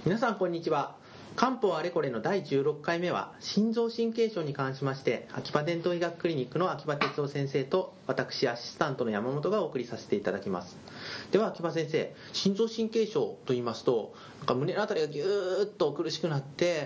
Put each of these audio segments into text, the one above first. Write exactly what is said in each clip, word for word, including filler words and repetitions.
皆さんこんにちは。漢方あれこれのだいじゅうろっかいめは心臓神経症に関しまして秋葉伝統医学クリニックの秋葉哲夫先生と私アシスタントの山本がお送りさせていただきます。では秋葉先生、心臓神経症と言いますとなんか胸のあたりがギューッと苦しくなって、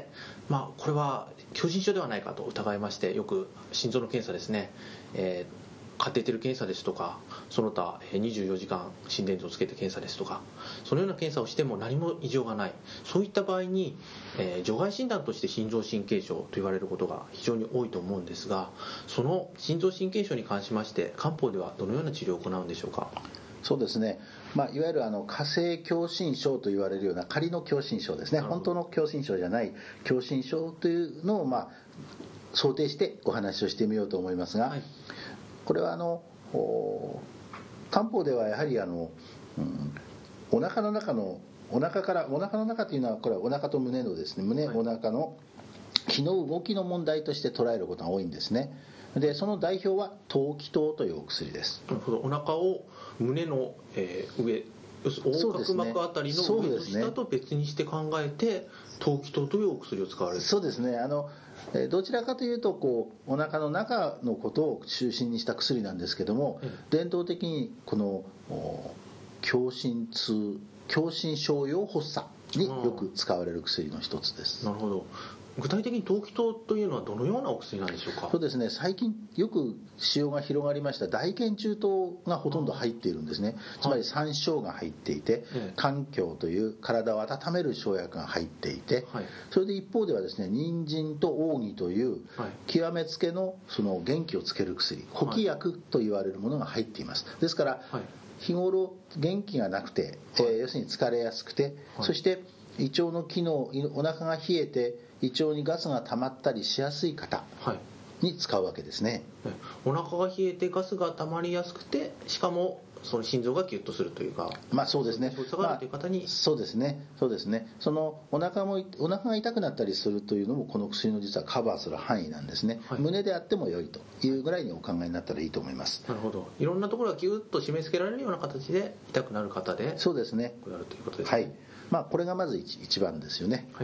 まあ、これは狭心症ではないかと疑いまして、よく心臓の検査ですね、えーカテーテル検査ですとか、その他にじゅうよじかん心電図をつけて検査ですとか、そのような検査をしても何も異常がない、そういった場合に、えー、除外診断として心臓神経症と言われることが非常に多いと思うんですが、その心臓神経症に関しまして漢方ではどのような治療を行うんでしょうか。 そうですね、まあ、いわゆるあの仮性狭心症と言われるような仮の狭心症ですね。本当の狭心症じゃない狭心症というのを、まあ、想定してお話をしてみようと思いますが、はい、これはあの漢方ではやはりあの、うん、お腹の中のお腹からお腹の中というのはこれはお腹と胸のですね胸、はい、お腹の気の動きの問題として捉えることが多いんですね。でその代表は陶器糖というお薬です。 なるほど。お腹を胸の、えー、上横隔膜あたりの上と下と別にして考えて陶器糖というお薬を使われる。 そうですね。あのどちらかというとこうお腹の中のことを中心にした薬なんですけども、うん、伝統的にこの狭心痛狭心症用発作によく使われる薬の一つです。 なるほど。具体的に陶器糖というのはどのようなお薬なんでしょうか。 そうですね、最近よく使用が広がりました大腱中糖がほとんど入っているんですね。つまり山椒が入っていて、環境という体を温める生薬が入っていて、はい、それで一方ではですね人参と黄芪という極めつけのその元気をつける薬、補気薬と言われるものが入っています。ですから、はい、日頃元気がなくて、えー、要するに疲れやすくて、はい、そして胃腸の機能、お腹が冷えて胃腸にガスが溜まったりしやすい方に使うわけですね。 はい、お腹が冷えてガスが溜まりやすくて、しかもその心臓がギュッとするというか、 まあそうですね。 そうがあるという方に、 まあ、そうですね。そうですね。そのお腹もお腹が痛くなったりするというのもこの薬の実はカバーする範囲なんですね。はい、胸であっても良いというぐらいにお考えになったらいいと思います。 なるほど。いろんなところがギュッと締め付けられるような形で痛くなる方で、 そうですね。 これあるということですね。 はい。まあ、これがまず 一, 一番ですよね。はい、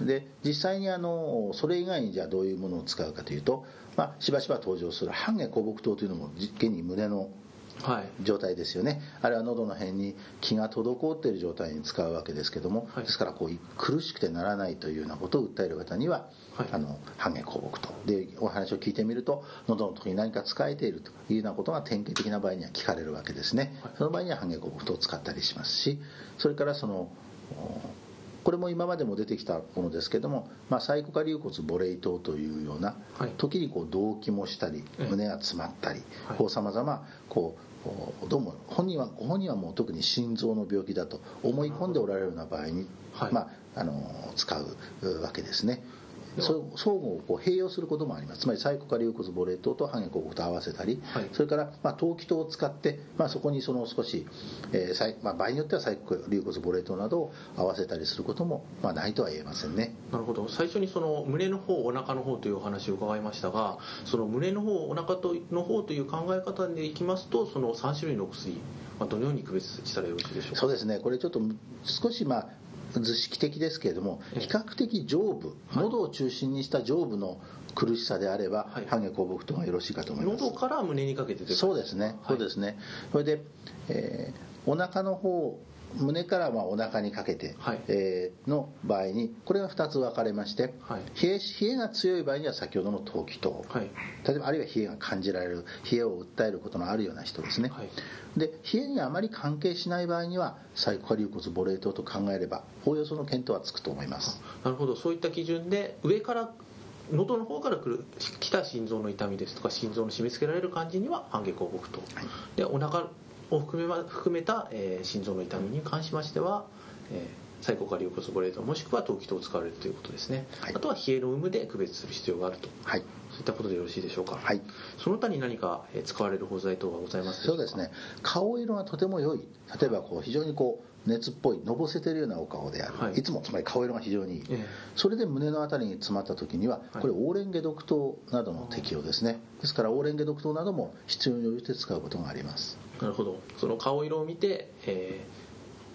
で実際にあのそれ以外にじゃあどういうものを使うかというと、まあ、しばしば登場する半下香木糖というのも現に胸の状態ですよね。はい、あれは喉の辺に気が滞っている状態に使うわけですけども、はい、ですからこう苦しくてならないというようなことを訴える方には、はい、あの半下香木糖でお話を聞いてみると喉の時に何か使えているというようなことが典型的な場合には聞かれるわけですね。はい、その場合には半下香木糖を使ったりしますし、それからそのこれも今までも出てきたものですけども、まあ、サイコカリウコツボレイ糖というような、はい、時にこう動悸もしたり胸が詰まったり、はい、こう様々こうどうも本人はご本人はもう特に心臓の病気だと思い込んでおられるような場合に、はい、まあ、あの使うわけですね。相互をこう併用することもあります。つまりサイコカリウコツボレイ糖と半下香木と合わせたり、はい、それからまあ陶器糖を使って、まあ、そこにその少し、えーまあ、場合によってはサイコカリウコツボレイ糖などを合わせたりすることも、まあ、ないとは言えませんね。 なるほど。最初にその胸の方お腹の方というお話を伺いましたが、その胸の方お腹との方という考え方でいきますと、そのさん種類の薬、まあ、どのように区別したらよろしいでしょうか。 そうですね、これちょっと少しまあ図式的ですけれども、比較的上部、喉を中心にした上部の苦しさであれば、はい、半下香木糖がよろしいかと思います。 喉から胸にかけてというそうですね、そうですね。それで、えー、お腹の方胸からまあお腹にかけて、はい、えー、の場合にこれがふたつ分かれまして、はい、冷え、冷えが強い場合には先ほどの陶器糖、はい、例えばあるいは冷えが感じられる、冷えを訴えることのあるような人ですね。はい、で冷えにあまり関係しない場合にはサイコカリウコツボレイ糖と考えればおおよその検討はつくと思います。 なるほど。そういった基準で上から喉の方から来る来た心臓の痛みですとか心臓の締め付けられる感じには半下香木糖、はい、でお腹を含め、含めた、えー、心臓の痛みに関しましては、えー、サイコカリウコツボレイ糖もしくは陶器糖を使われるということですね。はい、あとは冷えの有無で区別する必要があると、はい、そういったことでよろしいでしょうか。はい、その他に何か使われる包材等はございますでしょうか。 そうですね、顔色がとても良い、例えばこう非常にこう熱っぽいのぼせてるようなお顔である、はい、いつもつまり顔色が非常にいい、えー、それで胸のあたりに詰まった時にはこれオーレンゲ毒糖などの適用ですね。ですからオーレンゲ毒糖なども必要に応じて使うことがあります。 なるほど。その顔色を見て、えー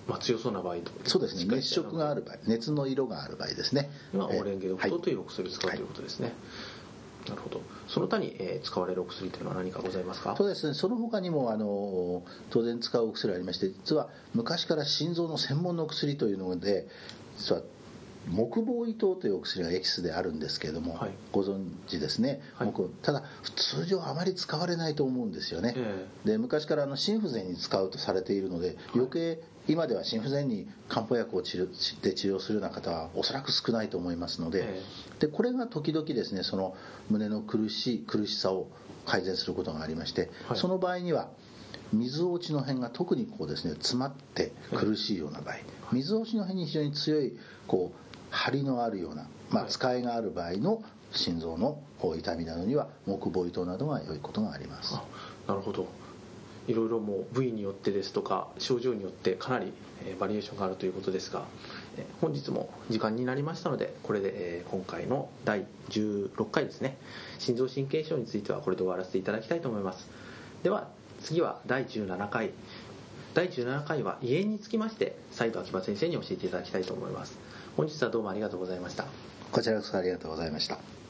まあ、強そうな場合と、 そうですね、熱色がある場合、熱の色がある場合ですね、 まあ、オーレンゲドプトというお薬を使う、はい、ということですね。なるほど。その他に、えー、使われるお薬というのは何かございますか？ そうですね、その他にもあの当然使うお薬がありまして、実は昔から心臓の専門の薬というので、実は木防伊糖というお薬がエキスであるんですけれども、はい、ご存知ですね、はい、ただ通常あまり使われないと思うんですよね、えー、で昔からあの心不全に使うとされているので、余計今では心不全に漢方薬を治療で治療するような方はおそらく少ないと思いますので、えー、でこれが時々ですね、その胸の苦しい苦しさを改善することがありまして、はい、その場合には水落ちの辺が特にこうですね詰まって苦しいような場合、水落ちの辺に非常に強いこう張りのあるような、まあ、使いがある場合の心臓の痛みなどには木防伊糖などが良いことがあります。 あ、なるほど。いろいろもう部位によってですとか症状によってかなりバリエーションがあるということですが、本日も時間になりましたので、これで今回のだいじゅうろっかいですね、心臓神経症についてはこれで終わらせていただきたいと思います。では次はだいじゅうななかい、だいじゅうななかいは胃炎につきまして再度秋葉先生に教えていただきたいと思います。本日はどうもありがとうございました。 こちらこそありがとうございました。